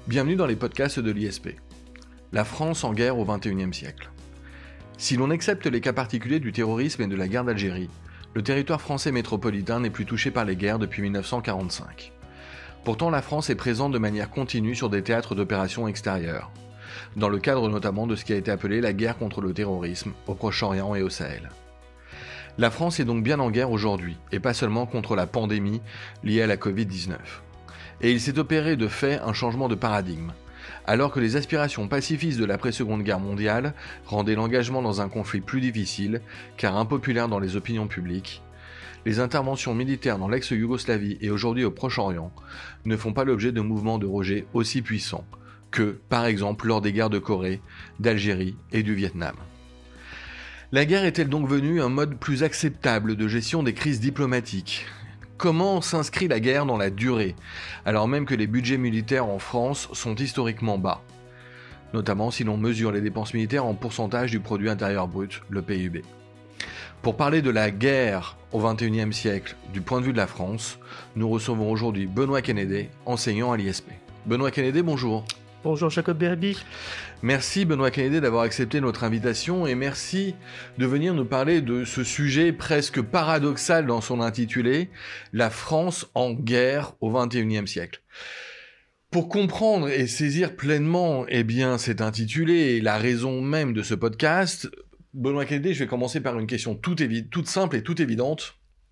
Bienvenue dans les podcasts de l'ISP. La France en guerre au XXIe siècle. Si l'on accepte les cas particuliers du terrorisme et de la guerre d'Algérie, le territoire français métropolitain n'est plus touché par les guerres depuis 1945. Pourtant, la France est présente de manière continue sur des théâtres d'opérations extérieures, dans le cadre notamment de ce qui a été appelé la guerre contre le terrorisme au Proche-Orient et au Sahel. La France est donc bien en guerre aujourd'hui, et pas seulement contre la pandémie liée à la Covid-19. Et il s'est opéré de fait un changement de paradigme. Alors que les aspirations pacifistes de l'après-Seconde Guerre mondiale rendaient l'engagement dans un conflit plus difficile, car impopulaire dans les opinions publiques, les interventions militaires dans l'ex-Yougoslavie et aujourd'hui au Proche-Orient ne font pas l'objet de mouvements de rejet aussi puissants que, par exemple, lors des guerres de Corée, d'Algérie et du Vietnam. La guerre est-elle donc venue un mode plus acceptable de gestion des crises diplomatiques ? Comment s'inscrit la guerre dans la durée, alors même que les budgets militaires en France sont historiquement bas, notamment si l'on mesure les dépenses militaires en pourcentage du produit intérieur brut, le PIB. Pour parler de la guerre au XXIe siècle du point de vue de la France, nous recevons aujourd'hui Benoît Kennedy, enseignant à l'ISP. Benoît Kennedy, bonjour. Bonjour Jacob Berby. Merci Benoît Kennedy d'avoir accepté notre invitation et merci de venir nous parler de ce sujet presque paradoxal dans son intitulé, la France en guerre au XXIe siècle. Pour comprendre et saisir pleinement cet intitulé et la raison même de ce podcast, Benoît Kennedy, je vais commencer par une question toute simple et toute évidente.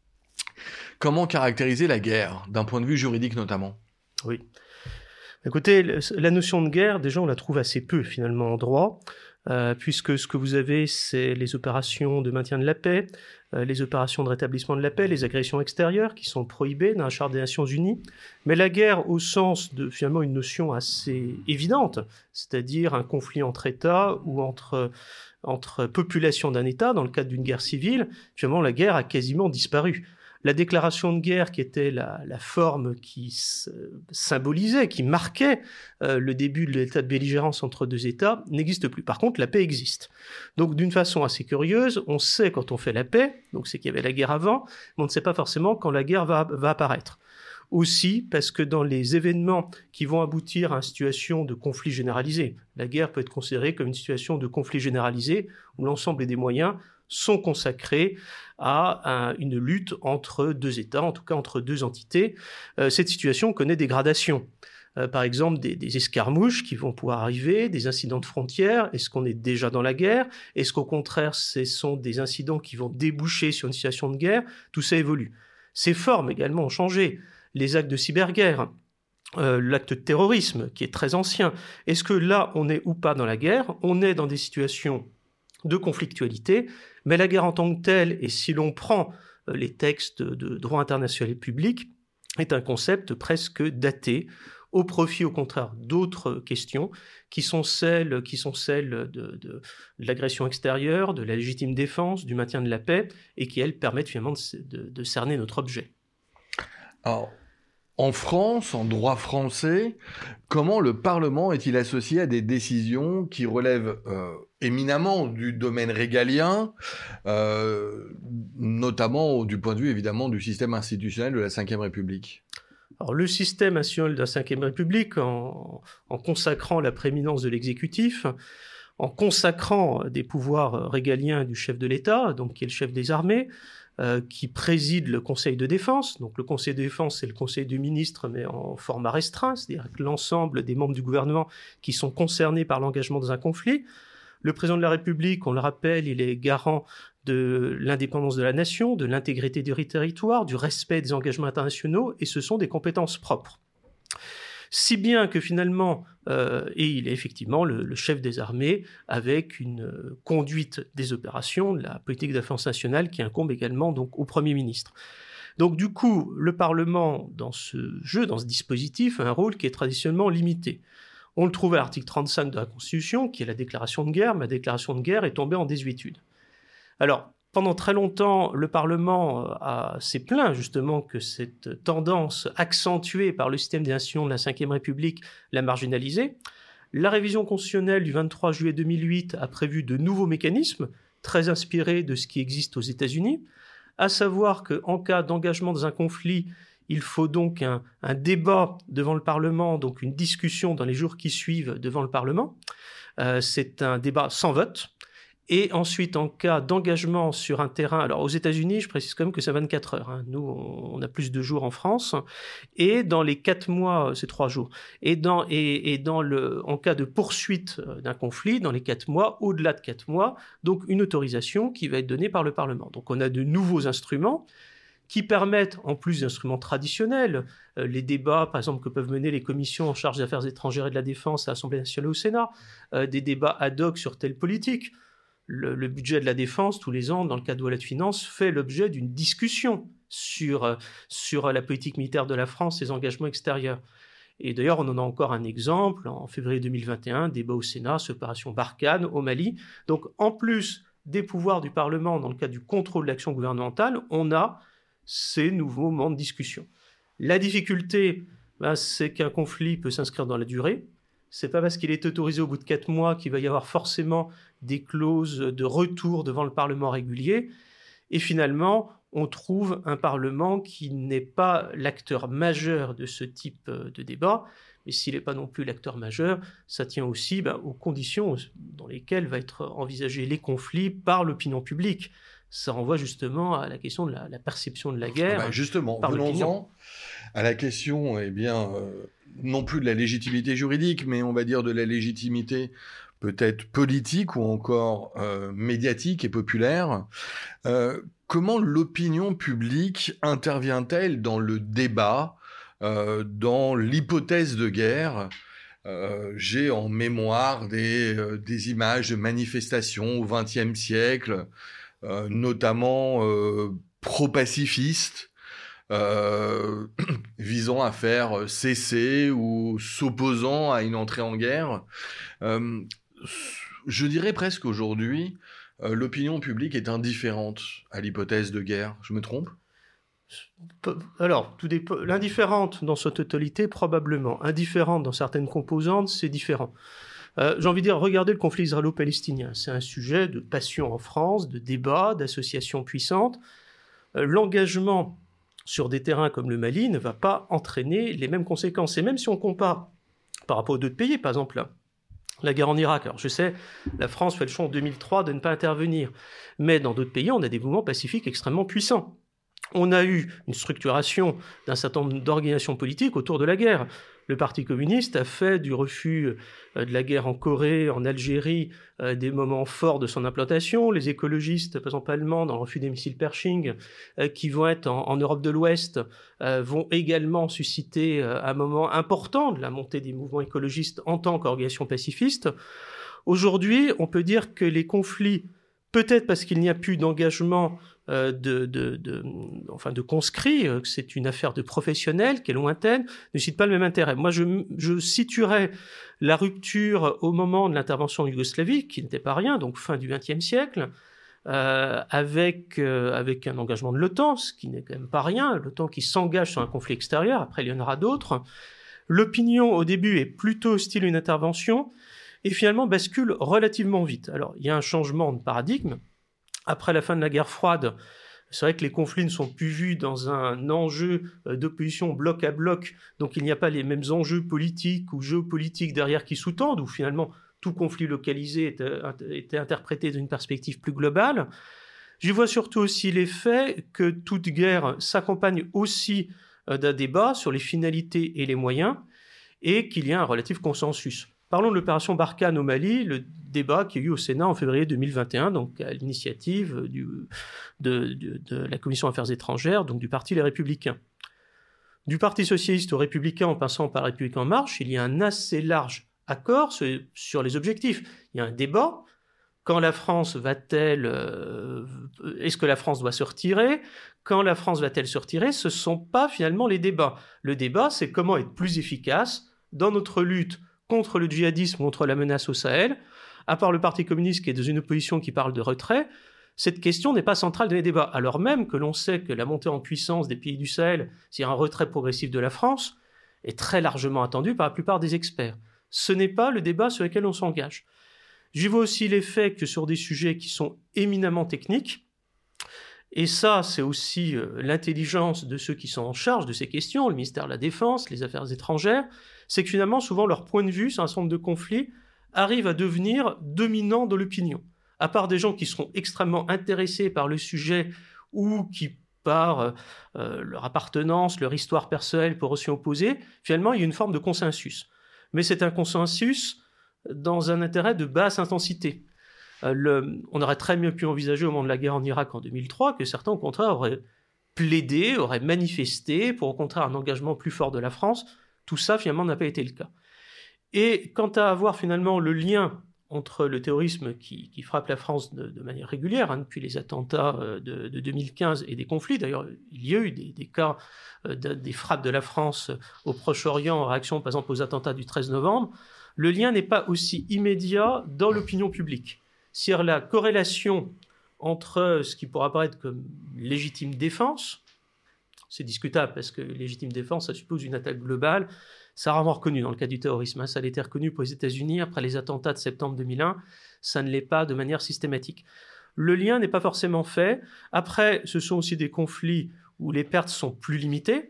Comment caractériser la guerre, d'un point de vue juridique notamment ? Oui. Écoutez, la notion de guerre, déjà, on la trouve assez peu, finalement, en droit, puisque ce que vous avez, c'est les opérations de maintien de la paix, les opérations de rétablissement de la paix, les agressions extérieures, qui sont prohibées dans la Charte des Nations Unies. Mais la guerre, au sens de, finalement, une notion assez évidente, c'est-à-dire un conflit entre États ou entre populations d'un État, dans le cadre d'une guerre civile, finalement, la guerre a quasiment disparu. La déclaration de guerre, qui était la forme qui symbolisait, qui marquait le début de l'état de belligérance entre deux États, n'existe plus. Par contre, la paix existe. Donc, d'une façon assez curieuse, on sait quand on fait la paix, donc c'est qu'il y avait la guerre avant, mais on ne sait pas forcément quand la guerre va apparaître. Aussi parce que dans les événements qui vont aboutir à une situation de conflit généralisé, la guerre peut être considérée comme une situation de conflit généralisé où l'ensemble des moyens sont consacrés à une lutte entre deux États, en tout cas entre deux entités. Cette situation connaît des gradations. Par exemple, des escarmouches qui vont pouvoir arriver, des incidents de frontières. Est-ce qu'on est déjà dans la guerre ? Est-ce qu'au contraire, ce sont des incidents qui vont déboucher sur une situation de guerre ? Tout ça évolue. Ces formes également ont changé. Les actes de cyberguerre, l'acte de terrorisme qui est très ancien. Est-ce que là, on est ou pas dans la guerre ? On est dans des situations de conflictualité, mais la guerre en tant que telle, et si l'on prend les textes de droit international public, est un concept presque daté, au profit au contraire d'autres questions qui sont celles de l'agression extérieure, de la légitime défense, du maintien de la paix, et qui, elles, permettent finalement de cerner notre objet. Alors, en France, en droit français, comment le Parlement est-il associé à des décisions qui relèvent éminemment du domaine régalien, notamment du point de vue évidemment du système institutionnel de la Ve République ? Alors, le système institutionnel de la Ve République, en consacrant la prééminence de l'exécutif, en consacrant des pouvoirs régaliens du chef de l'État, donc qui est le chef des armées, qui préside le Conseil de défense. Donc le Conseil de défense, c'est le Conseil des ministres, mais en format restreint, c'est-à-dire que l'ensemble des membres du gouvernement qui sont concernés par l'engagement dans un conflit. Le président de la République, on le rappelle, il est garant de l'indépendance de la nation, de l'intégrité du territoire, du respect des engagements internationaux, et ce sont des compétences propres. Si bien que finalement, et il est effectivement le chef des armées avec une conduite des opérations, de la politique de défense nationale qui incombe également donc au Premier ministre. Donc du coup, le Parlement, dans ce dispositif, a un rôle qui est traditionnellement limité. On le trouve à l'article 35 de la Constitution, qui est la déclaration de guerre, mais la déclaration de guerre est tombée en désuétude. Alors, pendant très longtemps, le Parlement s'est plaint justement que cette tendance accentuée par le système des institutions de la Ve République l'a marginalisée. La révision constitutionnelle du 23 juillet 2008 a prévu de nouveaux mécanismes, très inspirés de ce qui existe aux États-Unis, à savoir qu'en cas d'engagement dans un conflit, Il faut donc un débat devant le Parlement, donc une discussion dans les jours qui suivent devant le Parlement. C'est un débat sans vote. Et ensuite, en cas d'engagement sur un terrain, alors aux États-Unis, je précise quand même que c'est 24 heures. Hein. Nous, on a plus de jours en France. Et dans les 4 mois, c'est 3 jours. En cas de poursuite d'un conflit, dans les 4 mois, au-delà de 4 mois, donc une autorisation qui va être donnée par le Parlement. Donc on a de nouveaux instruments qui permettent, en plus d'instruments traditionnels, les débats, par exemple, que peuvent mener les commissions en charge des affaires étrangères et de la défense à l'Assemblée nationale ou au Sénat, des débats ad hoc sur telle politique. Le budget de la défense, tous les ans, dans le cadre de la loi de finances, fait l'objet d'une discussion sur la politique militaire de la France, ses engagements extérieurs. Et d'ailleurs, on en a encore un exemple, en février 2021, débat au Sénat sur l'opération Barkhane au Mali. Donc, en plus des pouvoirs du Parlement dans le cadre du contrôle de l'action gouvernementale, on a ces nouveaux moments de discussion. La difficulté, c'est qu'un conflit peut s'inscrire dans la durée. C'est pas parce qu'il est autorisé au bout de 4 mois qu'il va y avoir forcément des clauses de retour devant le Parlement régulier. Et finalement, on trouve un Parlement qui n'est pas l'acteur majeur de ce type de débat. Mais s'il n'est pas non plus l'acteur majeur, ça tient aussi aux conditions dans lesquelles va être envisagé les conflits par l'opinion publique. Ça renvoie justement à la question de la perception de la guerre. Justement, venons-en à la question, non plus de la légitimité juridique, mais on va dire de la légitimité peut-être politique ou encore médiatique et populaire. Comment l'opinion publique intervient-elle dans le débat, dans l'hypothèse de guerre ? J'ai en mémoire des images de manifestations au XXe siècle, notamment pro-pacifistes, visant à faire cesser ou s'opposant à une entrée en guerre. Je dirais presque aujourd'hui, l'opinion publique est indifférente à l'hypothèse de guerre. Je me trompe ? Alors, l'indifférente dans sa totalité, probablement. Indifférente dans certaines composantes, c'est différent. J'ai envie de dire, regardez le conflit israélo-palestinien. C'est un sujet de passion en France, de débat, d'associations puissantes. L'engagement sur des terrains comme le Mali ne va pas entraîner les mêmes conséquences. Et même si on compare par rapport aux d'autres pays, par exemple la guerre en Irak. Alors je sais, la France fait le choix en 2003 de ne pas intervenir. Mais dans d'autres pays, on a des mouvements pacifiques extrêmement puissants. On a eu une structuration d'un certain nombre d'organisations politiques autour de la guerre. Le Parti communiste a fait du refus de la guerre en Corée, en Algérie, des moments forts de son implantation. Les écologistes, par exemple allemands, dans le refus des missiles Pershing, qui vont être en Europe de l'Ouest, vont également susciter un moment important de la montée des mouvements écologistes en tant qu'organisation pacifiste. Aujourd'hui, on peut dire que les conflits, peut-être parce qu'il n'y a plus d'engagement de conscrits, que c'est une affaire de professionnels, qui est lointaine, ne suscite pas le même intérêt. Moi, je situerais la rupture au moment de l'intervention en Yougoslavie, qui n'était pas rien, donc fin du XXe siècle, avec un engagement de l'OTAN, ce qui n'est quand même pas rien, l'OTAN qui s'engage sur un conflit extérieur, après il y en aura d'autres. L'opinion, au début, est plutôt hostile à une intervention, et finalement bascule relativement vite. Alors, il y a un changement de paradigme. Après la fin de la guerre froide, c'est vrai que les conflits ne sont plus vus dans un enjeu d'opposition bloc à bloc, donc il n'y a pas les mêmes enjeux politiques ou géopolitiques derrière qui sous-tendent, où finalement tout conflit localisé était interprété d'une perspective plus globale. J'y vois surtout aussi l'effet que toute guerre s'accompagne aussi d'un débat sur les finalités et les moyens, et qu'il y a un relatif consensus. Parlons de l'opération Barkhane au Mali, le débat qui a eu au Sénat en février 2021, donc à l'initiative de la Commission Affaires étrangères, donc du Parti Les Républicains. Du Parti Socialiste aux Républicains, en passant par Républicains en marche, il y a un assez large accord sur les objectifs. Il y a un débat. Quand la France va-t-elle... est-ce que la France doit se retirer ? Quand la France va-t-elle se retirer ? Ce ne sont pas finalement les débats. Le débat, c'est comment être plus efficace dans notre lutte contre le djihadisme, contre la menace au Sahel. À part le Parti communiste qui est dans une opposition qui parle de retrait, cette question n'est pas centrale dans les débats, alors même que l'on sait que la montée en puissance des pays du Sahel, c'est un retrait progressif de la France, est très largement attendue par la plupart des experts. Ce n'est pas le débat sur lequel on s'engage. J'y vois aussi l'effet que sur des sujets qui sont éminemment techniques, Et ça, c'est aussi l'intelligence de ceux qui sont en charge de ces questions, le ministère de la Défense, les Affaires étrangères, c'est que finalement, souvent, leur point de vue sur un certain nombre de conflits arrive à devenir dominant dans l'opinion. À part des gens qui seront extrêmement intéressés par le sujet ou qui, par leur appartenance, leur histoire personnelle, pourraient s'y opposer, finalement, il y a une forme de consensus. Mais c'est un consensus dans un intérêt de basse intensité. On aurait très bien pu envisager au moment de la guerre en Irak en 2003 que certains, au contraire, auraient plaidé, auraient manifesté pour, au contraire, un engagement plus fort de la France. Tout ça, finalement, n'a pas été le cas. Et quant à avoir, finalement, le lien entre le terrorisme qui frappe la France de manière régulière, depuis les attentats de 2015 et des conflits, d'ailleurs, il y a eu des cas des frappes de la France au Proche-Orient en réaction, par exemple, aux attentats du 13 novembre, le lien n'est pas aussi immédiat dans l'opinion publique. C'est-à-dire la corrélation entre ce qui pourrait apparaître comme légitime défense, c'est discutable parce que légitime défense, ça suppose une attaque globale, ça a rarement reconnu dans le cas du terrorisme, ça a été reconnu pour les États-Unis après les attentats de septembre 2001, ça ne l'est pas de manière systématique. Le lien n'est pas forcément fait. Après, ce sont aussi des conflits où les pertes sont plus limitées.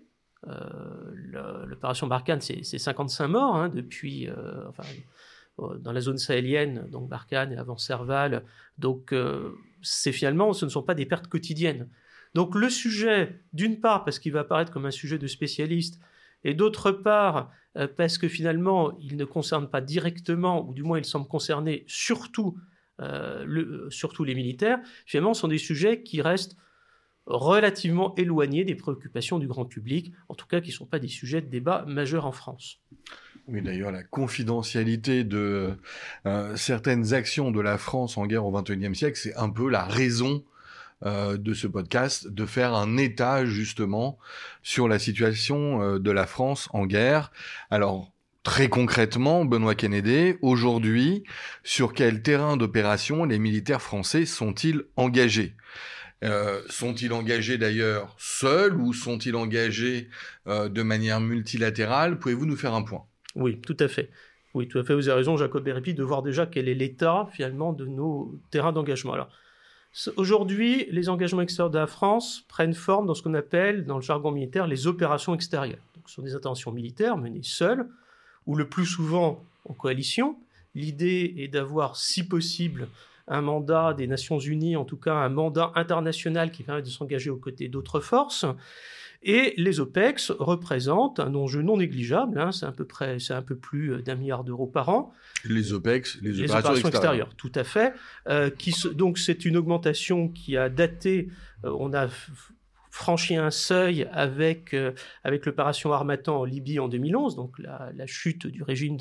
L'opération Barkhane, c'est 55 morts depuis... dans la zone sahélienne, donc Barkhane et avant Serval. Donc, c'est finalement, ce ne sont pas des pertes quotidiennes. Donc, le sujet, d'une part, parce qu'il va apparaître comme un sujet de spécialiste, et d'autre part, parce que finalement, il ne concerne pas directement, ou du moins, il semble concerner surtout les militaires, finalement, ce sont des sujets qui restent relativement éloignés des préoccupations du grand public, en tout cas qui ne sont pas des sujets de débat majeurs en France. Oui, d'ailleurs, la confidentialité de certaines actions de la France en guerre au XXIe siècle, c'est un peu la raison de ce podcast, de faire un état, justement, sur la situation de la France en guerre. Alors, très concrètement, Benoît Kennedy, aujourd'hui, sur quel terrain d'opération les militaires français sont-ils engagés ? Sont-ils engagés d'ailleurs seuls ou sont-ils engagés de manière multilatérale ? Pouvez-vous nous faire un point ? Oui, tout à fait. Oui, tout à fait. Vous avez raison, Jacob Bérépi, de voir déjà quel est l'état, finalement, de nos terrains d'engagement. Alors, aujourd'hui, les engagements extérieurs de la France prennent forme dans ce qu'on appelle, dans le jargon militaire, les opérations extérieures. Donc, ce sont des interventions militaires menées seules, ou le plus souvent en coalition. L'idée est d'avoir, si possible, un mandat des Nations Unies, en tout cas un mandat international qui permet de s'engager aux côtés d'autres forces. Et les OPEX représentent un enjeu non négligeable, c'est un peu plus d'1 milliard d'euros par an. Les OPEX, les opérations extérieures. Tout à fait. Donc c'est une augmentation qui a daté, on a franchi un seuil avec l'opération Harmattan en Libye en 2011, donc la chute du régime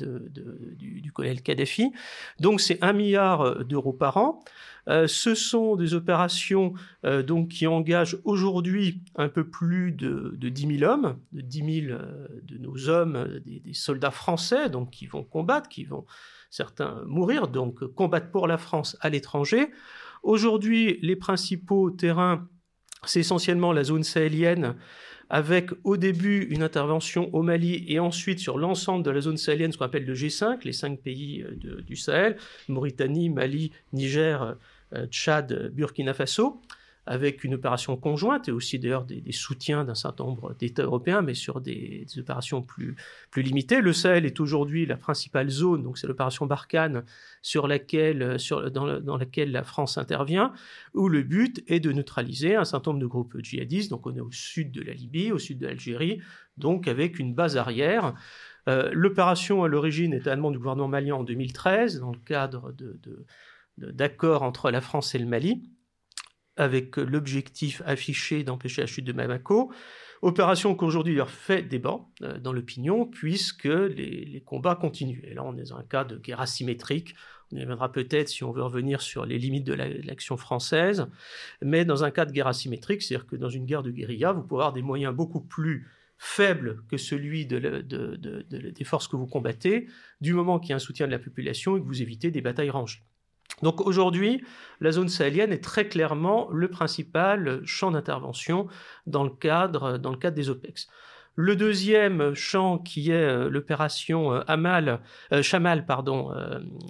du colonel Kadhafi. Donc c'est 1 milliard d'euros par an. Ce sont des opérations donc, qui engagent aujourd'hui un peu plus de 10 000 hommes, de 10 000 de nos hommes, des soldats français donc, qui vont combattre, qui vont certains mourir, donc combattre pour la France à l'étranger. Aujourd'hui, les principaux terrains, c'est essentiellement la zone sahélienne, avec au début une intervention au Mali et ensuite sur l'ensemble de la zone sahélienne, ce qu'on appelle le G5, les 5 pays du Sahel, Mauritanie, Mali, Niger, Tchad, Burkina Faso, avec une opération conjointe et aussi d'ailleurs des soutiens d'un certain nombre d'États européens, mais sur des opérations plus limitées. Le Sahel est aujourd'hui la principale zone, donc c'est l'opération Barkhane dans laquelle la France intervient, où le but est de neutraliser un certain nombre de groupes djihadistes. Donc on est au sud de la Libye, au sud de l'Algérie, donc avec une base arrière. L'opération à l'origine était allemande du gouvernement malien en 2013, dans le cadre d'accords entre la France et le Mali, avec l'objectif affiché d'empêcher la chute de Bamako. Opération qu'aujourd'hui leur fait débat dans l'opinion, puisque les combats continuent. Et là, on est dans un cas de guerre asymétrique. On y reviendra peut-être si on veut revenir sur les limites de l'action française. Mais dans un cas de guerre asymétrique, c'est-à-dire que dans une guerre de guérilla, vous pouvez avoir des moyens beaucoup plus faibles que celui des forces que vous combattez, du moment qu'il y a un soutien de la population et que vous évitez des batailles rangées. Donc aujourd'hui, la zone sahélienne est très clairement le principal champ d'intervention dans le cadre des OPEX. Le deuxième champ qui est l'opération Chamal,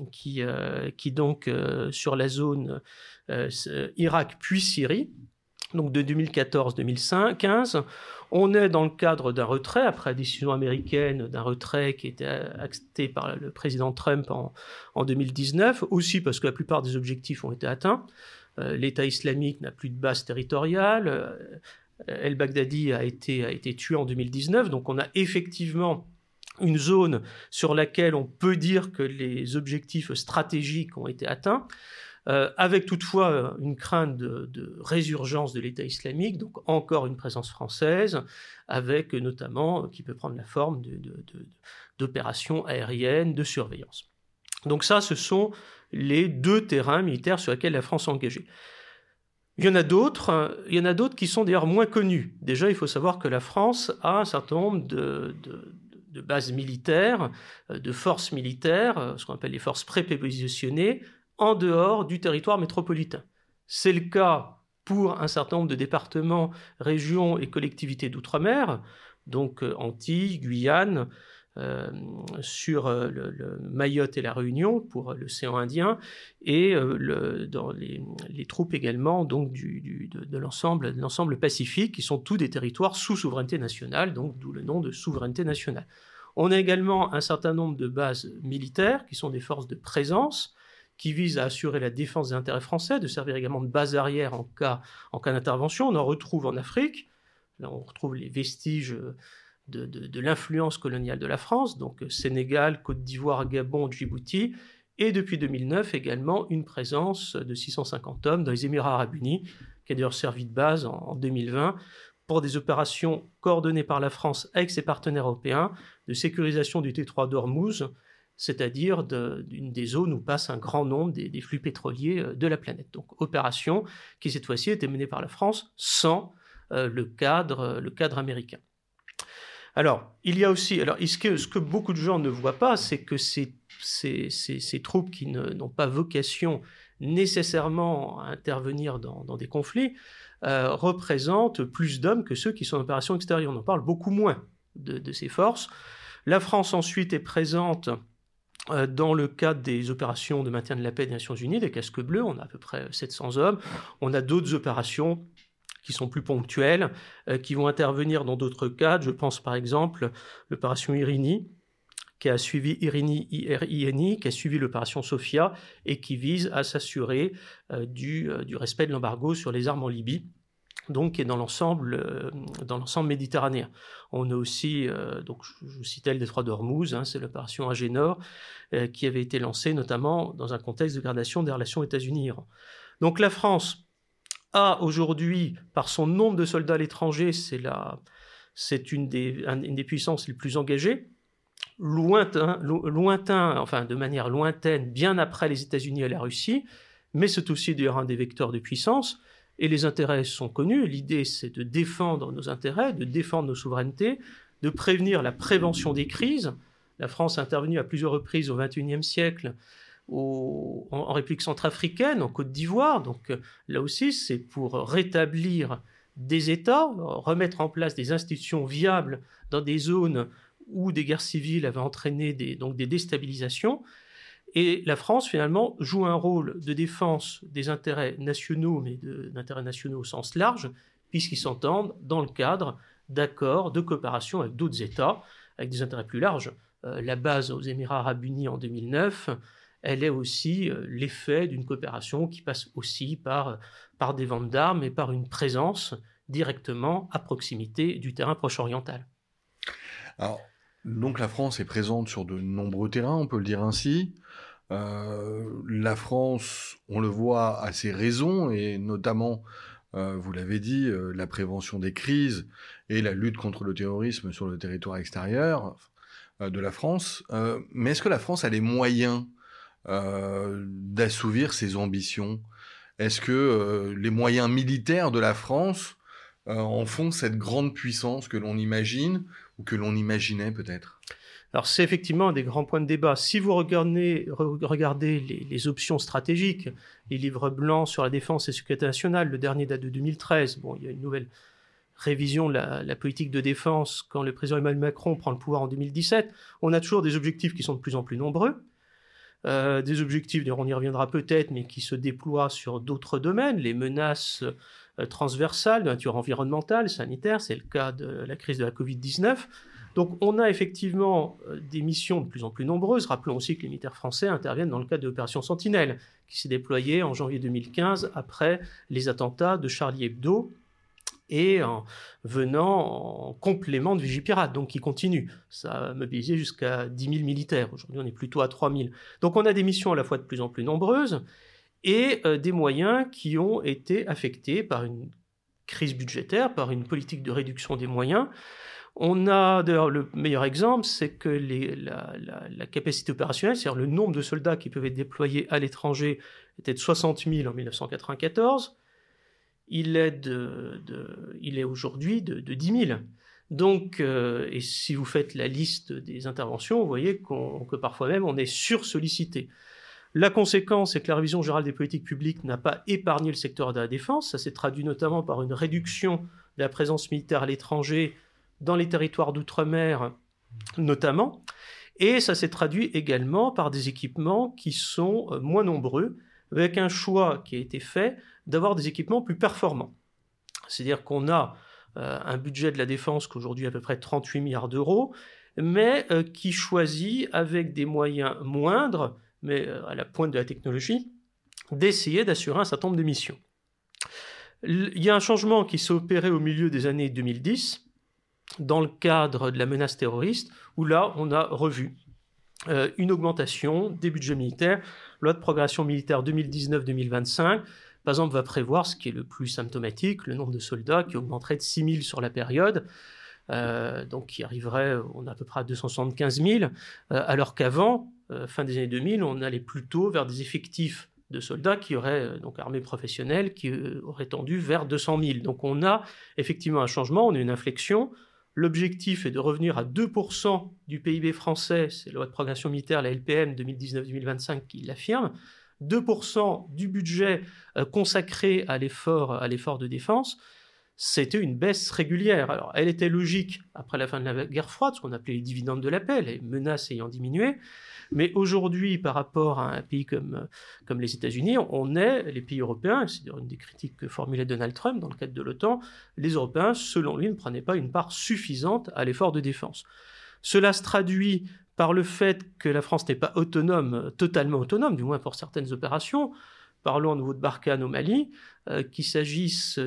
qui donc sur la zone Irak puis Syrie. donc de 2014-2015. On est dans le cadre d'un retrait, après la décision américaine d'un retrait qui était acté par le président Trump en 2019, aussi parce que la plupart des objectifs ont été atteints. L'État islamique n'a plus de base territoriale. El-Baghdadi a été tué en 2019, donc on a effectivement une zone sur laquelle on peut dire que les objectifs stratégiques ont été atteints, avec toutefois une crainte de résurgence de l'État islamique, donc encore une présence française, avec notamment, qui peut prendre la forme d'opérations aériennes, de surveillance. Donc ça, ce sont les 2 terrains militaires sur lesquels la France est engagée. Il y en a d'autres qui sont d'ailleurs moins connus. Déjà, il faut savoir que la France a un certain nombre de bases militaires, de forces militaires, ce qu'on appelle les forces prépositionnées, en dehors du territoire métropolitain. C'est le cas pour un certain nombre de départements, régions et collectivités d'outre-mer, donc Antilles, Guyane, sur le Mayotte et la Réunion pour l'océan Indien, et dans les troupes également donc de l'ensemble Pacifique, qui sont tous des territoires sous souveraineté nationale, donc d'où le nom de souveraineté nationale. On a également un certain nombre de bases militaires qui sont des forces de présence, qui visent à assurer la défense des intérêts français, de servir également de base arrière en cas d'intervention. On en retrouve en Afrique. Là, on retrouve les vestiges de l'influence coloniale de la France, donc Sénégal, Côte d'Ivoire, Gabon, Djibouti, et depuis 2009 également une présence de 650 hommes dans les Émirats arabes unis, qui a d'ailleurs servi de base en 2020 pour des opérations coordonnées par la France avec ses partenaires européens de sécurisation du détroit d'Ormuz, c'est-à-dire d'une des zones où passe un grand nombre des flux pétroliers de la planète. Donc opération qui cette fois-ci était menée par la France sans le cadre américain. Alors, il y a aussi, ce que beaucoup de gens ne voient pas, c'est que ces troupes qui n'ont pas vocation nécessairement à intervenir dans des conflits représentent plus d'hommes que ceux qui sont en opération extérieure. On en parle beaucoup moins de ces forces. La France ensuite est présente dans le cadre des opérations de maintien de la paix des Nations Unies, des casques bleus. On a à peu près 700 hommes. On a d'autres opérations qui sont plus ponctuelles, qui vont intervenir dans d'autres cadres. Je pense par exemple l'opération Irini, qui a suivi IRINI, qui a suivi l'opération Sophia et qui vise à s'assurer du respect de l'embargo sur les armes en Libye, donc qui est dans l'ensemble méditerranéen. On a aussi, donc je citais le détroit d'Ormuz, c'est l'opération Agénor, qui avait été lancée notamment dans un contexte de gradation des relations États-Unis-Iran. Donc la France a aujourd'hui, par son nombre de soldats à l'étranger, c'est une des puissances les plus engagées, de manière lointaine, bien après les États-Unis et la Russie, mais c'est aussi d'ailleurs un des vecteurs de puissance, et les intérêts sont connus. L'idée, c'est de défendre nos intérêts, de défendre nos souverainetés, de prévenir la prévention des crises. La France a intervenu à plusieurs reprises au XXIe siècle en République centrafricaine, en Côte d'Ivoire. Donc là aussi, c'est pour rétablir des États, remettre en place des institutions viables dans des zones où des guerres civiles avaient entraîné des déstabilisations. Et la France, finalement, joue un rôle de défense des intérêts nationaux, mais d'intérêts nationaux au sens large, puisqu'ils s'entendent dans le cadre d'accords de coopération avec d'autres États, avec des intérêts plus larges. La base aux Émirats arabes unis en 2009, elle est aussi l'effet d'une coopération qui passe aussi par des ventes d'armes et par une présence directement à proximité du terrain proche-oriental. Alors, donc la France est présente sur de nombreux terrains, on peut le dire ainsi. La France, on le voit, a ses raisons, et notamment, vous l'avez dit, la prévention des crises et la lutte contre le terrorisme sur le territoire extérieur de la France. Mais est-ce que la France a les moyens d'assouvir ses ambitions? Est-ce que les moyens militaires de la France en font cette grande puissance que l'on imagine, ou que l'on imaginait peut-être? Alors c'est effectivement un des grands points de débat. Si vous regardez les options stratégiques, les livres blancs sur la défense et la sécurité nationale, le dernier date de 2013, il y a une nouvelle révision de la politique de défense quand le président Emmanuel Macron prend le pouvoir en 2017, on a toujours des objectifs qui sont de plus en plus nombreux. des objectifs, d'ailleurs on y reviendra peut-être, mais qui se déploient sur d'autres domaines, les menaces transversales de nature environnementale, sanitaire, c'est le cas de la crise de la Covid-19. Donc on a effectivement des missions de plus en plus nombreuses. Rappelons aussi que les militaires français interviennent dans le cadre de l'opération Sentinelle, qui s'est déployée en janvier 2015 après les attentats de Charlie Hebdo et en venant en complément de Vigipirate, donc qui continue. Ça a mobilisé jusqu'à 10 000 militaires. Aujourd'hui, on est plutôt à 3 000. Donc on a des missions à la fois de plus en plus nombreuses et des moyens qui ont été affectés par une crise budgétaire, par une politique de réduction des moyens. On a, d'ailleurs, le meilleur exemple, c'est que la capacité opérationnelle, c'est-à-dire le nombre de soldats qui peuvent être déployés à l'étranger, était de 60 000 en 1994. Il est aujourd'hui de 10 000. Donc, et si vous faites la liste des interventions, vous voyez que parfois même on est sursollicité. La conséquence, c'est que la révision générale des politiques publiques n'a pas épargné le secteur de la défense. Ça s'est traduit notamment par une réduction de la présence militaire à l'étranger dans les territoires d'outre-mer notamment, et ça s'est traduit également par des équipements qui sont moins nombreux, avec un choix qui a été fait d'avoir des équipements plus performants. C'est-à-dire qu'on a un budget de la défense qu'aujourd'hui à peu près 38 milliards d'euros, mais qui choisit avec des moyens moindres, mais à la pointe de la technologie, d'essayer d'assurer un certain nombre de missions. Il y a un changement qui s'est opéré au milieu des années 2010, dans le cadre de la menace terroriste, où là, on a revu une augmentation des budgets militaires. La loi de programmation militaire 2019-2025, par exemple, va prévoir ce qui est le plus symptomatique, le nombre de soldats qui augmenterait de 6 000 sur la période, donc qui arriverait, on a à peu près à 275 000, alors qu'avant, fin des années 2000, on allait plutôt vers des effectifs de soldats qui auraient, donc armée professionnelle, qui auraient tendu vers 200 000. Donc on a effectivement un changement, on a une inflexion. L'objectif est de revenir à 2% du PIB français, c'est la loi de programmation militaire, la LPM 2019-2025 qui l'affirme, 2% du budget consacré à l'effort de défense. C'était une baisse régulière. Alors, elle était logique après la fin de la guerre froide, ce qu'on appelait les dividendes de la paix, les menaces ayant diminué. Mais aujourd'hui, par rapport à un pays comme les États-Unis, les pays européens, c'est une des critiques que formulait Donald Trump dans le cadre de l'OTAN, les Européens, selon lui, ne prenaient pas une part suffisante à l'effort de défense. Cela se traduit par le fait que la France n'est pas totalement autonome, du moins pour certaines opérations. Parlons à nouveau de Barkhane au Mali, qu'il s'agisse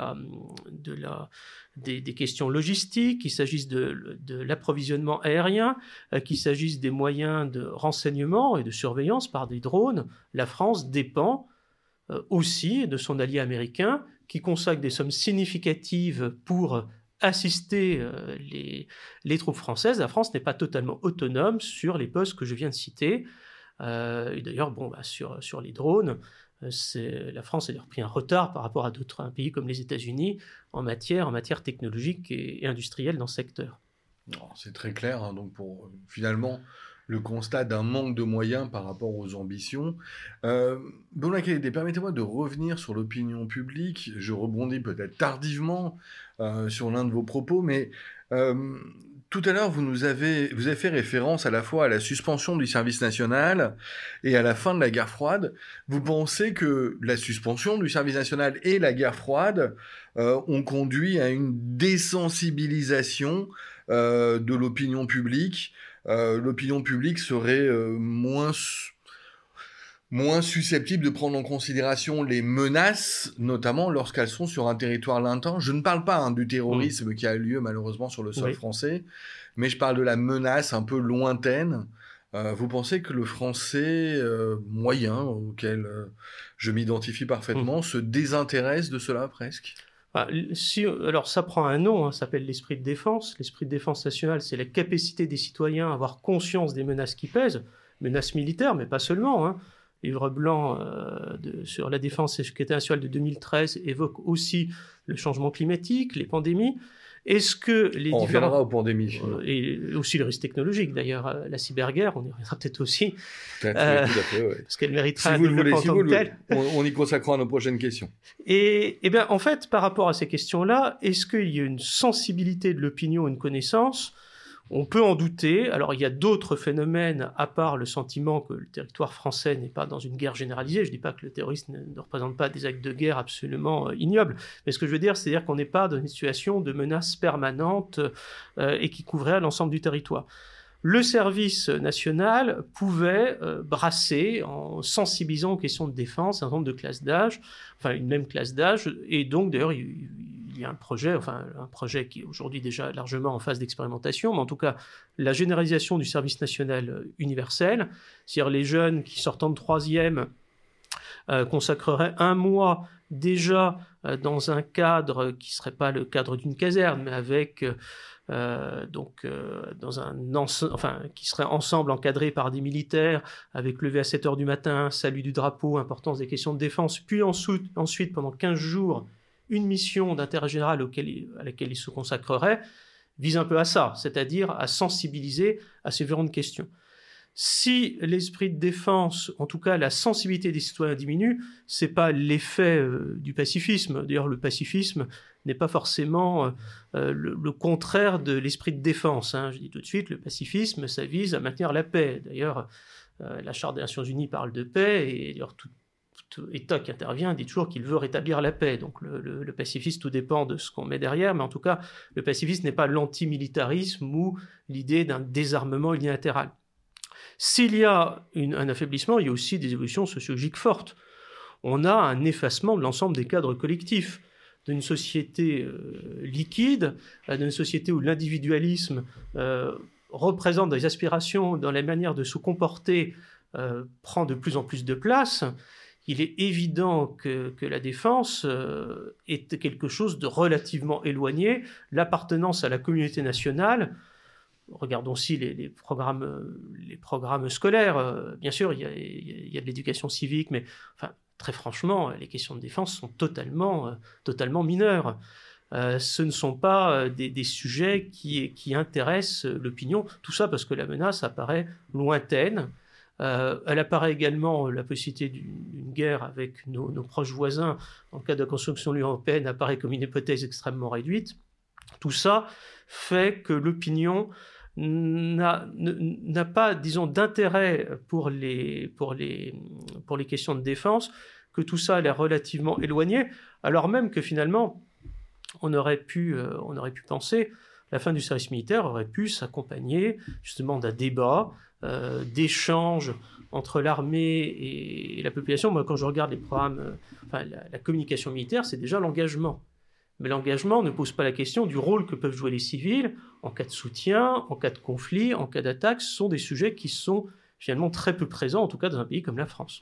des questions logistiques, qu'il s'agisse de l'approvisionnement aérien, qu'il s'agisse des moyens de renseignement et de surveillance par des drones. La France dépend aussi de son allié américain qui consacre des sommes significatives pour assister les troupes françaises. La France n'est pas totalement autonome sur les postes que je viens de citer. Et d'ailleurs, sur les drones, la France a d'ailleurs pris un retard par rapport à un pays comme les États-Unis en matière technologique et industrielle dans ce secteur. C'est très clair, hein, donc pour finalement le constat d'un manque de moyens par rapport aux ambitions. Benoît Caillédé, permettez-moi de revenir sur l'opinion publique. Je rebondis peut-être tardivement sur l'un de vos propos, mais tout à l'heure, vous avez fait référence à la fois à la suspension du service national et à la fin de la guerre froide. Vous pensez que la suspension du service national et la guerre froide ont conduit à une désensibilisation de l'opinion publique? L'opinion publique serait moins susceptible de prendre en considération les menaces, notamment lorsqu'elles sont sur un territoire lointain. Je ne parle pas du terrorisme qui a lieu malheureusement sur le sol français, mais je parle de la menace un peu lointaine. Vous pensez que le français moyen, auquel je m'identifie parfaitement, se désintéresse de cela presque ? Alors ça prend un nom, ça s'appelle l'esprit de défense. L'esprit de défense nationale, c'est la capacité des citoyens à avoir conscience des menaces qui pèsent, menaces militaires, mais pas seulement. Livre blanc sur la défense et sécurité nationale de 2013 évoque aussi le changement climatique, les pandémies. Est-ce que les on reviendra aux pandémies. Et aussi le risque technologique, d'ailleurs, la cyberguerre, on y reviendra peut-être aussi. Peut-être, oui, tout à fait, parce qu'elle méritera un développement en tant que tel. On y consacrera nos prochaines questions. Et bien, en fait, par rapport à ces questions-là, est-ce qu'il y a une sensibilité de l'opinion, une connaissance ? On peut en douter. Alors, il y a d'autres phénomènes, à part le sentiment que le territoire français n'est pas dans une guerre généralisée. Je ne dis pas que le terrorisme ne représente pas des actes de guerre absolument ignobles. Mais ce que je veux dire, c'est-à-dire qu'on n'est pas dans une situation de menace permanente et qui couvrait l'ensemble du territoire. Le service national pouvait brasser, en sensibilisant aux questions de défense, un certain nombre de classes d'âge, enfin une même classe d'âge, et donc d'ailleurs il y a un projet qui est aujourd'hui déjà largement en phase d'expérimentation, mais en tout cas la généralisation du service national universel, c'est-à-dire les jeunes qui sortant de troisième consacreraient un mois déjà dans un cadre qui ne serait pas le cadre d'une caserne, mais avec qui serait ensemble encadré par des militaires, avec lever à 7 heures du matin, salut du drapeau, importance des questions de défense, puis ensuite pendant 15 jours, une mission d'intérêt général à laquelle ils se consacreraient, vise un peu à ça, c'est-à-dire à sensibiliser à ces différentes questions. Si l'esprit de défense, en tout cas la sensibilité des citoyens diminue, c'est pas l'effet du pacifisme. D'ailleurs, le pacifisme n'est pas forcément le contraire de l'esprit de défense. Je dis tout de suite, le pacifisme, ça vise à maintenir la paix. D'ailleurs, la Charte des Nations Unies parle de paix, et d'ailleurs tout État qui intervient dit toujours qu'il veut rétablir la paix. Donc le pacifisme, tout dépend de ce qu'on met derrière, mais en tout cas, le pacifisme n'est pas l'antimilitarisme ou l'idée d'un désarmement unilatéral. S'il y a un affaiblissement, il y a aussi des évolutions sociologiques fortes. On a un effacement de l'ensemble des cadres collectifs, d'une société liquide, d'une société où l'individualisme représente dans les aspirations, dans la manière de se comporter, prend de plus en plus de place. Il est évident que la défense est quelque chose de relativement éloigné. L'appartenance à la communauté nationale, regardons aussi les programmes scolaires. Bien sûr, il y a de l'éducation civique, mais enfin, très franchement, les questions de défense sont totalement mineures. Ce ne sont pas des sujets qui intéressent l'opinion. Tout ça parce que la menace apparaît lointaine. Elle apparaît également, la possibilité d'une guerre avec nos proches voisins, dans le cadre de la construction de l'Union européenne, apparaît comme une hypothèse extrêmement réduite. Tout ça fait que l'opinion n'a pas, disons, d'intérêt pour les questions de défense, que tout ça a l'air relativement éloigné, alors même que finalement, on aurait pu penser, la fin du service militaire aurait pu s'accompagner justement d'un débat, d'échanges entre l'armée et la population. Moi, quand je regarde les programmes, la communication militaire, c'est déjà l'engagement. Mais l'engagement ne pose pas la question du rôle que peuvent jouer les civils en cas de soutien, en cas de conflit, en cas d'attaque. Ce sont des sujets qui sont finalement très peu présents, en tout cas dans un pays comme la France.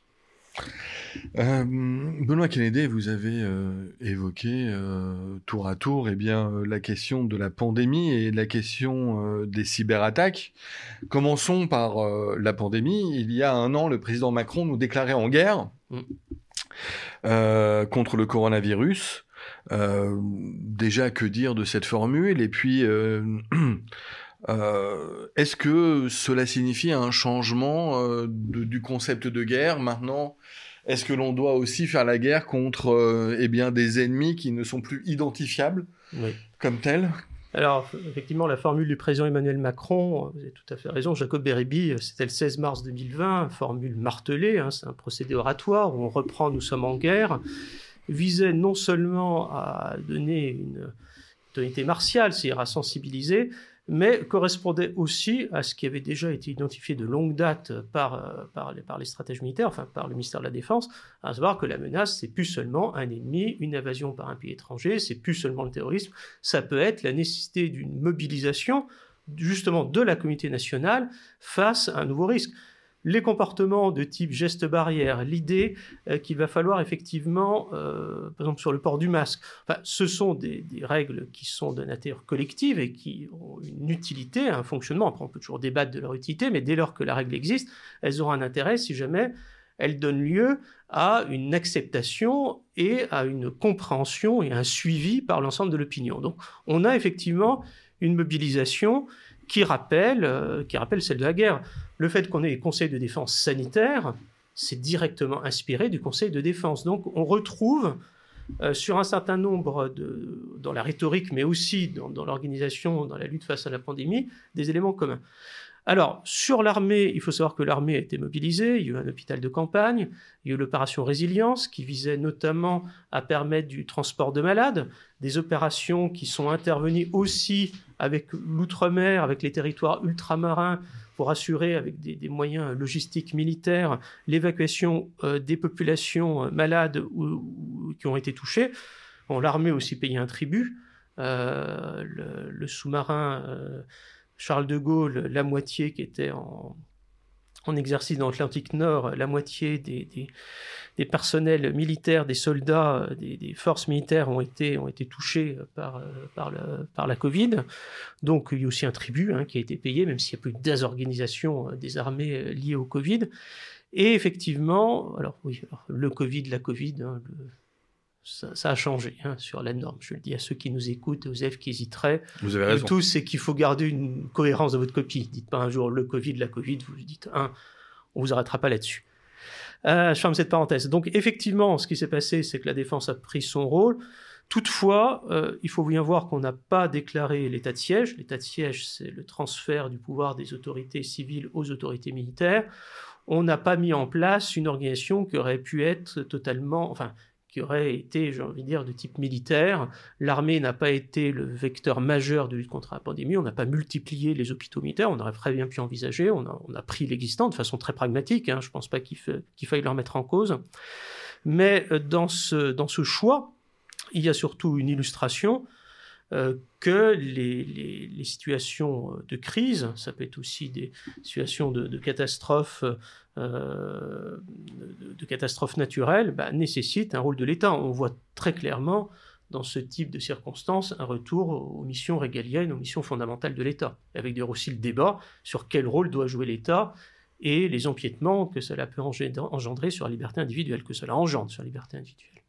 Benoît Kennedy, vous avez évoqué tour à tour la question de la pandémie et la question des cyberattaques. Commençons par la pandémie. Il y a 1 an, le président Macron nous déclarait en guerre contre le coronavirus. Déjà, que dire de cette formule? Et puis, est-ce que cela signifie un changement du concept de guerre maintenant? Est-ce que l'on doit aussi faire la guerre contre des ennemis qui ne sont plus identifiables comme tels? Alors, effectivement, la formule du président Emmanuel Macron, vous avez tout à fait raison, Jacob Beribi, c'était le 16 mars 2020, formule martelée, c'est un procédé oratoire où on reprend « nous sommes en guerre », visait non seulement à donner une tonalité martiale, c'est-à-dire à sensibiliser, mais correspondait aussi à ce qui avait déjà été identifié de longue date par les stratèges militaires, enfin par le ministère de la Défense, à savoir que la menace, c'est plus seulement un ennemi, une invasion par un pays étranger, c'est plus seulement le terrorisme, ça peut être la nécessité d'une mobilisation justement de la communauté nationale face à un nouveau risque. Les comportements de type geste barrière, l'idée qu'il va falloir effectivement, par exemple sur le port du masque, ce sont des règles qui sont de nature collective et qui ont une utilité, un fonctionnement. Après, on peut toujours débattre de leur utilité, mais dès lors que la règle existe, elles auront un intérêt si jamais elles donnent lieu à une acceptation et à une compréhension et un suivi par l'ensemble de l'opinion. Donc, on a effectivement une mobilisation qui rappelle celle de la guerre. Le fait qu'on ait les conseils de défense sanitaire, c'est directement inspiré du conseil de défense. Donc on retrouve sur un certain nombre, dans la rhétorique, mais aussi dans l'organisation, dans la lutte face à la pandémie, des éléments communs. Alors, sur l'armée, il faut savoir que l'armée a été mobilisée, il y a eu un hôpital de campagne, il y a eu l'opération Résilience qui visait notamment à permettre du transport de malades, des opérations qui sont intervenues aussi avec l'outre-mer, avec les territoires ultramarins, pour assurer avec des moyens logistiques militaires l'évacuation des populations malades ou qui ont été touchées. Bon, l'armée aussi payait un tribut. Le sous-marin Charles de Gaulle, la moitié qui était en exercice dans l'Atlantique Nord, la moitié des personnels militaires, des soldats, des forces militaires ont été touchés par la Covid. Donc il y a aussi un tribut qui a été payé, même s'il n'y a plus de désorganisation des armées liées au Covid. Et effectivement, le Covid, la Covid, ça a changé sur la norme. Je le dis à ceux qui nous écoutent, aux élèves qui hésiteraient. Vous avez raison. Tout, c'est qu'il faut garder une cohérence dans votre copie. Dites pas un jour le Covid, la Covid, vous dites on vous arrêtera pas là-dessus. Je ferme cette parenthèse. Donc effectivement, ce qui s'est passé, c'est que la défense a pris son rôle. Toutefois, il faut bien voir qu'on n'a pas déclaré l'état de siège. L'état de siège, c'est le transfert du pouvoir des autorités civiles aux autorités militaires. On n'a pas mis en place une organisation qui aurait pu être qui aurait été, j'ai envie de dire, de type militaire. L'armée n'a pas été le vecteur majeur de lutte contre la pandémie. On n'a pas multiplié les hôpitaux militaires. On aurait très bien pu envisager. On a pris l'existant de façon très pragmatique. Je ne pense pas qu'il faille le remettre en cause. Mais dans ce choix, il y a surtout une illustration que les situations de crise, ça peut être aussi des situations de catastrophes, de catastrophes naturelles, nécessitent un rôle de l'État. On voit très clairement dans ce type de circonstances un retour aux missions régaliennes, aux missions fondamentales de l'État, avec d'ailleurs aussi le débat sur quel rôle doit jouer l'État et les empiétements que cela peut engendrer sur la liberté individuelle, que cela engendre sur la liberté individuelle.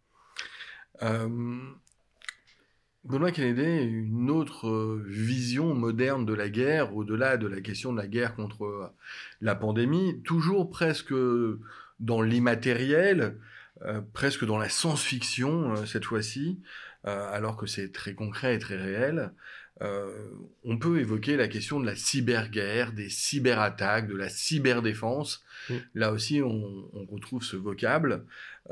Benoît Kennedy, une autre vision moderne de la guerre, au-delà de la question de la guerre contre la pandémie, toujours presque dans l'immatériel, presque dans la science-fiction cette fois-ci, alors que c'est très concret et très réel. On peut évoquer la question de la cyberguerre, des cyberattaques, de la cyberdéfense. Là aussi, on retrouve ce vocable.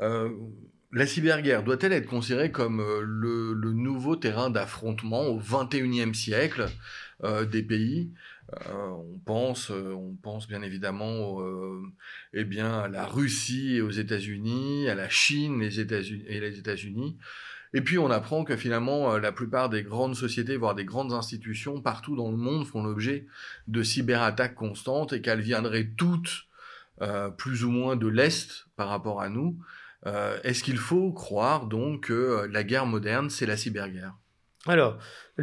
La cyberguerre doit-elle être considérée comme le nouveau terrain d'affrontement au XXIe siècle des pays ? On pense bien évidemment à la Russie et aux États-Unis, à la Chine et les États-Unis. Et puis on apprend que finalement la plupart des grandes sociétés, voire des grandes institutions partout dans le monde font l'objet de cyberattaques constantes et qu'elles viendraient toutes plus ou moins de l'Est par rapport à nous. Est-ce qu'il faut croire donc que la guerre moderne, c'est la cyberguerre ? Alors,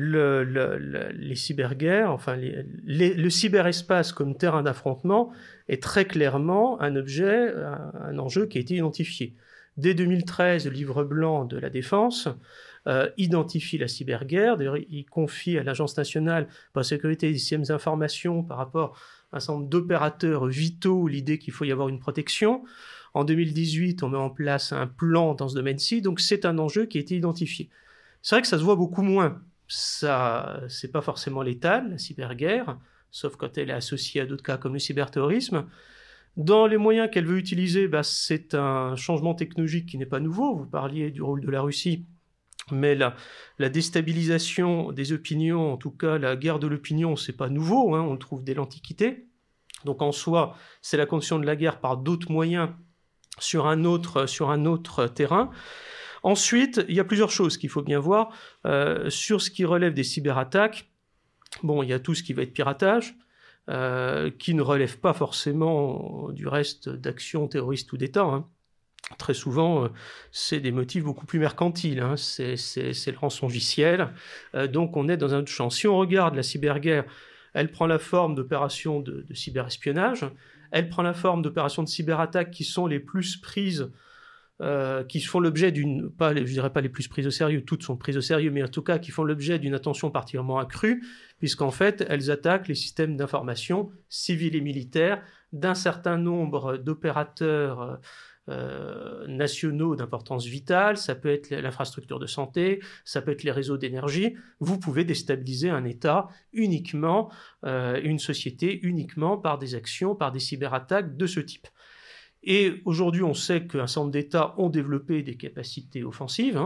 les cyberguerres, le cyberespace comme terrain d'affrontement est très clairement un enjeu qui a été identifié. Dès 2013, le livre blanc de la défense identifie la cyberguerre. D'ailleurs, il confie à l'Agence nationale pour la sécurité des systèmes d'information par rapport à un certain nombre d'opérateurs vitaux l'idée qu'il faut y avoir une protection. En 2018, on met en place un plan dans ce domaine-ci, donc c'est un enjeu qui a été identifié. C'est vrai que ça se voit beaucoup moins. Ça, c'est pas forcément létal, la cyberguerre, sauf quand elle est associée à d'autres cas comme le cyberterrorisme. Dans les moyens qu'elle veut utiliser, c'est un changement technologique qui n'est pas nouveau. Vous parliez du rôle de la Russie, mais la déstabilisation des opinions, en tout cas la guerre de l'opinion, c'est pas nouveau, on le trouve dès l'Antiquité. Donc en soi, c'est la condition de la guerre par d'autres moyens sur un autre terrain. Ensuite, il y a plusieurs choses qu'il faut bien voir. Sur ce qui relève des cyberattaques, il y a tout ce qui va être piratage, qui ne relève pas forcément du reste d'actions terroristes ou d'État. Très souvent, c'est des motifs beaucoup plus mercantiles. C'est le rançongiciel. Donc on est dans un autre champ. Si on regarde la cyberguerre, elle prend la forme d'opérations de cyberespionnage. Elle prend la forme d'opérations de cyberattaque qui sont les plus prises, qui font l'objet je dirais pas les plus prises au sérieux, toutes sont prises au sérieux, mais en tout cas qui font l'objet d'une attention particulièrement accrue, puisqu'en fait, elles attaquent les systèmes d'information civils et militaires d'un certain nombre d'opérateurs nationaux d'importance vitale, ça peut être l'infrastructure de santé, ça peut être les réseaux d'énergie. Vous pouvez déstabiliser un État uniquement, une société uniquement par des actions, par des cyberattaques de ce type. Et aujourd'hui, on sait qu'un certain nombre d'États ont développé des capacités offensives.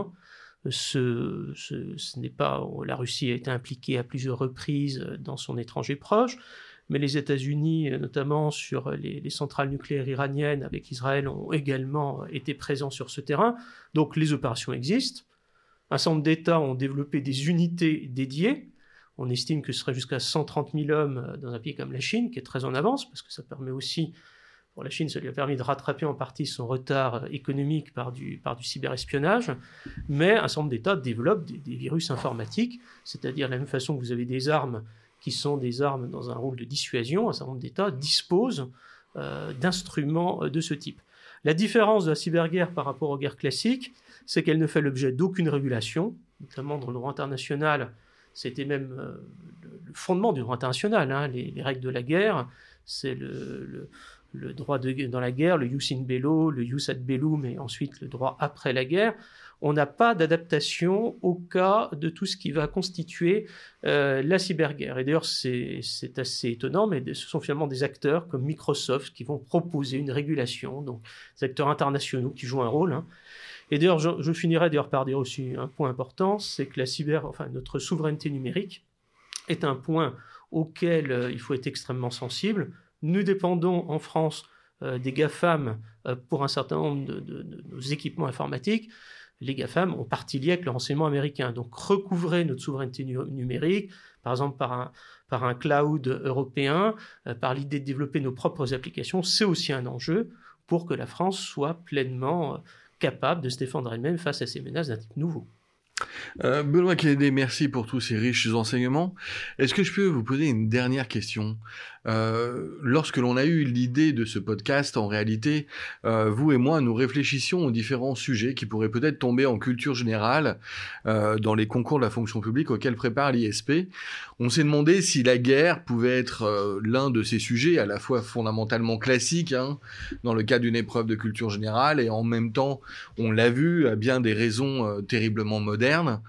Ce n'est pas, la Russie a été impliquée à plusieurs reprises dans son étranger proche, mais les États-Unis, notamment sur les centrales nucléaires iraniennes avec Israël, ont également été présents sur ce terrain. Donc les opérations existent. Un certain nombre d'États ont développé des unités dédiées. On estime que ce serait jusqu'à 130 000 hommes dans un pays comme la Chine, qui est très en avance, parce que ça permet aussi, pour la Chine, ça lui a permis de rattraper en partie son retard économique par du cyberespionnage. Mais un certain nombre d'États développent des virus informatiques, c'est-à-dire de la même façon que vous avez des armes qui sont des armes dans un rôle de dissuasion, un certain nombre d'États disposent d'instruments de ce type. La différence de la cyberguerre par rapport aux guerres classiques, c'est qu'elle ne fait l'objet d'aucune régulation, notamment dans le droit international. C'était même le fondement du droit international, les règles de la guerre, c'est le droit dans la guerre, le jus in bello, le jus ad bellum, et ensuite le droit après la guerre. On n'a pas d'adaptation au cas de tout ce qui va constituer la cyberguerre. Et d'ailleurs, c'est assez étonnant, mais ce sont finalement des acteurs comme Microsoft qui vont proposer une régulation, donc des acteurs internationaux qui jouent un rôle. Et d'ailleurs, je finirai d'ailleurs par dire aussi un point important, c'est que notre souveraineté numérique est un point auquel il faut être extrêmement sensible. Nous dépendons en France des GAFAM pour un certain nombre de nos équipements informatiques. Les GAFAM ont partie liée avec le renseignement américain. Donc recouvrer notre souveraineté numérique, par exemple par un cloud européen, par l'idée de développer nos propres applications, c'est aussi un enjeu pour que la France soit pleinement capable de se défendre elle-même face à ces menaces d'un type nouveau. Benoît Kélédé, merci pour tous ces riches enseignements. Est-ce que je peux vous poser une dernière question ? Lorsque l'on a eu l'idée de ce podcast, en réalité, vous et moi, nous réfléchissions aux différents sujets qui pourraient peut-être tomber en culture générale dans les concours de la fonction publique auxquels prépare l'ISP. On s'est demandé si la guerre pouvait être l'un de ces sujets, à la fois fondamentalement classiques, dans le cadre d'une épreuve de culture générale, et en même temps, on l'a vu, à bien des raisons terriblement modernes.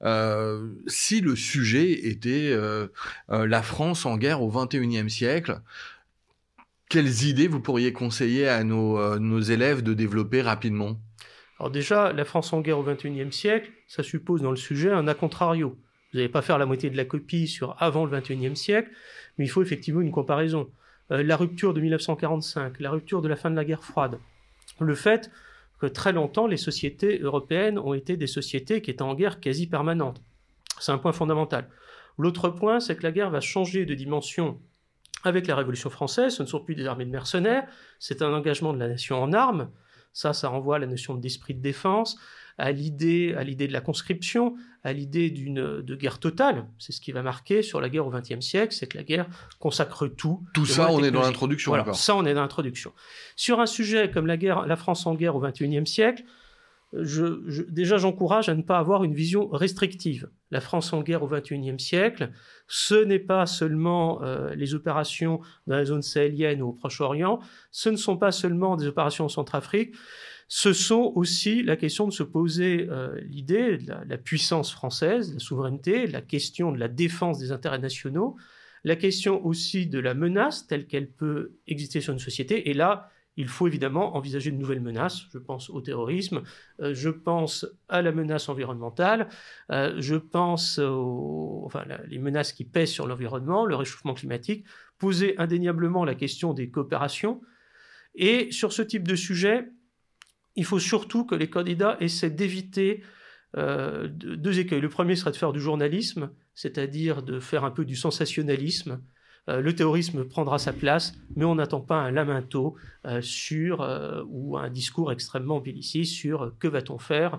Si le sujet était la France en guerre au XXIe siècle, quelles idées vous pourriez conseiller à nos élèves de développer rapidement ? Alors déjà, la France en guerre au XXIe siècle, ça suppose dans le sujet un a contrario. Vous n'allez pas faire la moitié de la copie sur avant le XXIe siècle, mais il faut effectivement une comparaison. La rupture de 1945, la rupture de la fin de la guerre froide, le fait que très longtemps, les sociétés européennes ont été des sociétés qui étaient en guerre quasi permanente. C'est un point fondamental. L'autre point, c'est que la guerre va changer de dimension avec la Révolution française. Ce ne sont plus des armées de mercenaires, c'est un engagement de la nation en armes. Ça renvoie à la notion d'esprit de défense, à l'idée de la conscription, à l'idée de guerre totale. C'est ce qui va marquer sur la guerre au XXe siècle, c'est que la guerre consacre tout. Tout ça, on est dans l'introduction. Voilà, encore. Ça, on est dans l'introduction. Sur un sujet comme la France en guerre au XXIe siècle, déjà, j'encourage à ne pas avoir une vision restrictive. La France en guerre au XXIe siècle, ce n'est pas seulement les opérations dans la zone sahélienne ou au Proche-Orient, ce ne sont pas seulement des opérations en Centrafrique, ce sont aussi la question de se poser l'idée de la puissance française, la souveraineté, la question de la défense des intérêts nationaux, la question aussi de la menace telle qu'elle peut exister sur une société. Et là, il faut évidemment envisager de nouvelles menaces. Je pense au terrorisme, je pense à la menace environnementale, je pense les menaces qui pèsent sur l'environnement, le réchauffement climatique, poser indéniablement la question des coopérations. Et sur ce type de sujet, il faut surtout que les candidats essaient d'éviter deux écueils. Le premier serait de faire du journalisme, c'est-à-dire de faire un peu du sensationnalisme. Le terrorisme prendra sa place, mais on n'attend pas un lamento ou un discours extrêmement belliciste sur que va-t-on faire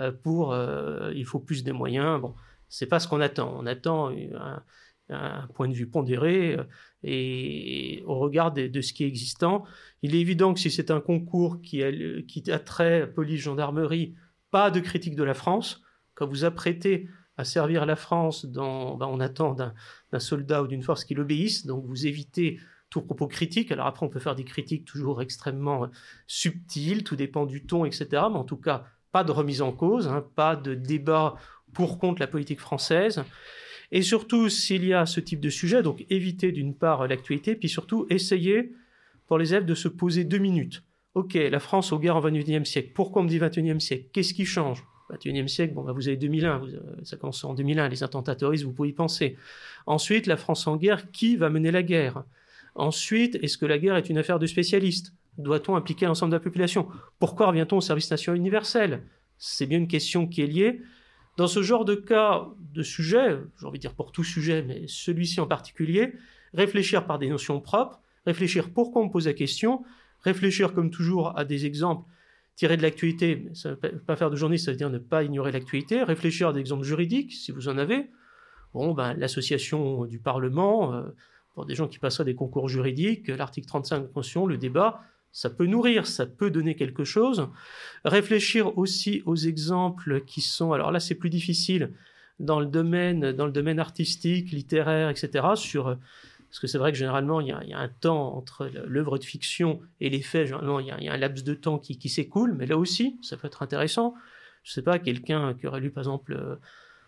il faut plus de moyens. Bon, c'est pas ce qu'on attend. On attend un point de vue pondéré et au regard de ce qui est existant. Il est évident que si c'est un concours qui a trait police, gendarmerie, pas de critique de la France. Quand vous apprêtez à servir la France, on attend d'un soldat ou d'une force qui l'obéisse, donc vous évitez tout propos critique. Alors après, on peut faire des critiques toujours extrêmement subtiles, tout dépend du ton, etc. Mais en tout cas, pas de remise en cause, pas de débat pour contre la politique française. Et surtout, s'il y a ce type de sujet, donc éviter d'une part l'actualité, puis surtout essayer pour les élèves de se poser 2 minutes. Ok, la France aux guerres au XXIe siècle. Pourquoi on me dit XXIe siècle? Qu'est-ce qui change? XXIe siècle, vous avez 2001, ça commence en 2001, les attentats terroristes, vous pouvez y penser. Ensuite, la France en guerre, qui va mener la guerre? Ensuite, est-ce que la guerre est une affaire de spécialistes? Doit-on impliquer l'ensemble de la population? Pourquoi revient-on au service national universel? C'est bien une question qui est liée. Dans ce genre de cas, de sujet, j'ai envie de dire pour tout sujet, mais celui-ci en particulier, réfléchir par des notions propres, réfléchir pourquoi on me pose la question, réfléchir comme toujours à des exemples tirés de l'actualité, ça ne veut pas faire de journaliste, ça veut dire ne pas ignorer l'actualité, réfléchir à des exemples juridiques, si vous en avez. L'association du Parlement, pour des gens qui passeraient des concours juridiques, l'article 35 de la Constitution, le débat, ça peut nourrir, ça peut donner quelque chose. Réfléchir aussi aux exemples qui sont, alors là c'est plus difficile, dans le domaine artistique, littéraire, etc., parce que c'est vrai que généralement il y a un temps entre l'œuvre de fiction et les faits, généralement il y a un laps de temps qui s'écoule, mais là aussi ça peut être intéressant. Je ne sais pas, quelqu'un qui aurait lu par exemple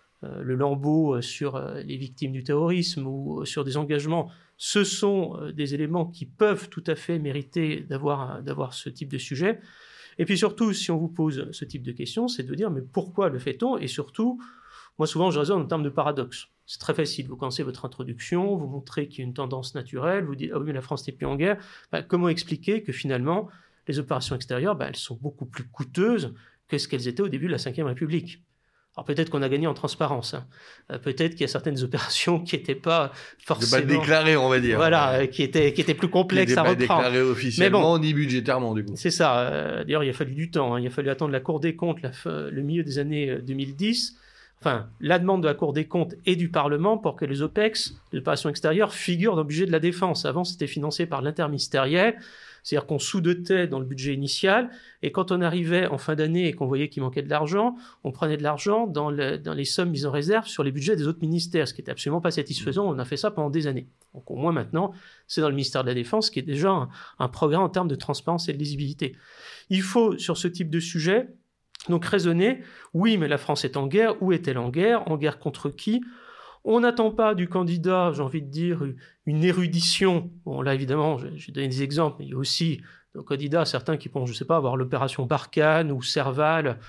le Lambeau sur les victimes du terrorisme ou sur des engagements, ce sont des éléments qui peuvent tout à fait mériter d'avoir ce type de sujet. Et puis surtout, si on vous pose ce type de questions, c'est de dire mais pourquoi le fait-on? Et surtout, moi souvent je raisonne en termes de paradoxe. C'est très facile, vous commencez votre introduction, vous montrez qu'il y a une tendance naturelle, vous dites « Ah oui, mais la France n'est plus en guerre ». Comment expliquer que finalement, les opérations extérieures, elles sont beaucoup plus coûteuses que ce qu'elles étaient au début de la Ve République? Alors peut-être qu'on a gagné en transparence, peut-être qu'il y a certaines opérations qui n'étaient pas forcément... De pas déclarées, on va dire. Voilà, qui étaient plus complexes à reprendre. Qui n'étaient pas déclarées officiellement, ni budgétairement, du coup. C'est ça. D'ailleurs, il a fallu du temps. Il a fallu attendre la Cour des comptes, le milieu des années 2010, enfin, la demande de la Cour des comptes et du Parlement pour que les OPEX, les opérations extérieures, figurent dans le budget de la défense. Avant, c'était financé par l'interministériel. C'est-à-dire qu'on sous-dotait dans le budget initial, et quand on arrivait en fin d'année et qu'on voyait qu'il manquait de l'argent, on prenait de l'argent dans les sommes mises en réserve sur les budgets des autres ministères, ce qui n'était absolument pas satisfaisant. On a fait ça pendant des années. Donc au moins maintenant, c'est dans le ministère de la Défense, qui est déjà un progrès en termes de transparence et de lisibilité. Il faut, sur ce type de sujet, donc raisonner, oui, mais la France est en guerre, où est-elle en guerre contre qui? On n'attend pas du candidat, j'ai envie de dire, une érudition. Bon, là, évidemment, j'ai donné des exemples, mais il y a aussi des candidats, certains qui pensent, je ne sais pas, avoir l'opération Barkhane ou Serval.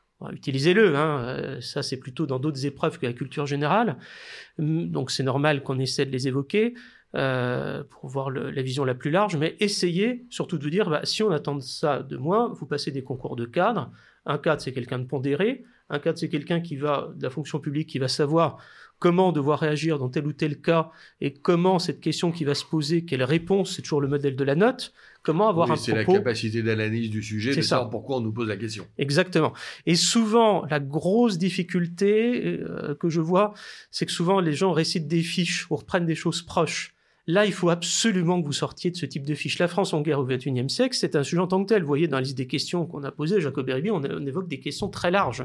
Utilisez-le, ça c'est plutôt dans d'autres épreuves que la culture générale. Donc c'est normal qu'on essaie de les évoquer pour voir la vision la plus large, mais essayez surtout de vous dire, si on attend ça de moi, vous passez des concours de cadres. Un cadre, c'est quelqu'un de pondéré. Un cadre, c'est quelqu'un de la fonction publique qui va savoir comment devoir réagir dans tel ou tel cas et comment cette question qui va se poser, quelle réponse, c'est toujours le modèle de la note, comment avoir un propos. C'est la capacité d'analyse du sujet, de savoir pourquoi on nous pose la question. Exactement. Et souvent, la grosse difficulté que je vois, c'est que souvent les gens récitent des fiches ou reprennent des choses proches. Là, il faut absolument que vous sortiez de ce type de fiches. La France en guerre au XXIe siècle, c'est un sujet en tant que tel. Vous voyez, dans la liste des questions qu'on a posées, Jacob Beribi, on évoque des questions très larges.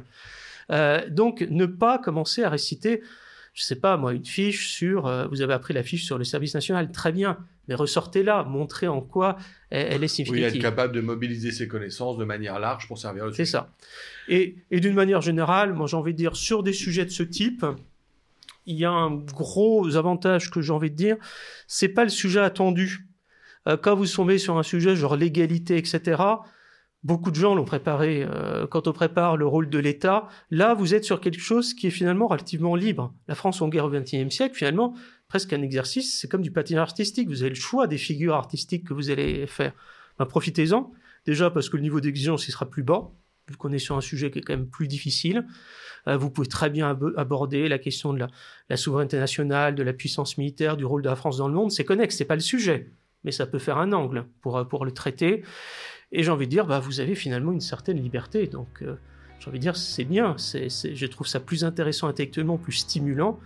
Donc, ne pas commencer à réciter, je sais pas moi, une fiche sur, vous avez appris la fiche sur le service national, très bien, mais ressortez-la, montrez en quoi elle est significative. Oui, être capable de mobiliser ses connaissances de manière large pour servir le sujet. C'est ça. Et d'une manière générale, moi j'ai envie de dire, sur des sujets de ce type, il y a un gros avantage que j'ai envie de dire, c'est pas le sujet attendu. Quand vous tombez sur un sujet genre l'égalité, etc., beaucoup de gens l'ont préparé. Quand on prépare le rôle de l'État, là, vous êtes sur quelque chose qui est finalement relativement libre. La France en guerre au XXIe siècle, finalement, presque un exercice, c'est comme du patinage artistique. Vous avez le choix des figures artistiques que vous allez faire. Profitez-en. Déjà parce que le niveau d'exigence, il sera plus bas, vu qu'on est sur un sujet qui est quand même plus difficile. Vous pouvez très bien aborder la question de la souveraineté nationale, de la puissance militaire, du rôle de la France dans le monde. C'est connexe, c'est pas le sujet, mais ça peut faire un angle pour le traiter. Et j'ai envie de dire, vous avez finalement une certaine liberté. Donc, j'ai envie de dire, c'est bien. Je trouve ça plus intéressant intellectuellement, plus stimulant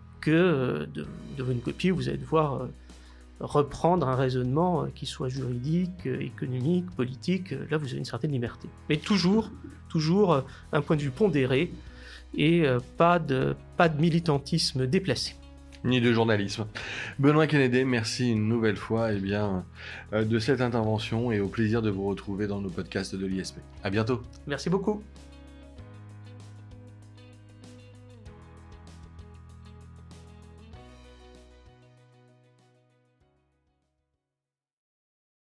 que devant une copie où vous allez devoir reprendre un raisonnement qui soit juridique, économique, politique. Là, vous avez une certaine liberté. Mais toujours un point de vue pondéré et pas de militantisme déplacé. ni de journalisme. Benoît Kennedy, merci une nouvelle fois de cette intervention et au plaisir de vous retrouver dans nos podcasts de l'ISP. À bientôt. Merci beaucoup.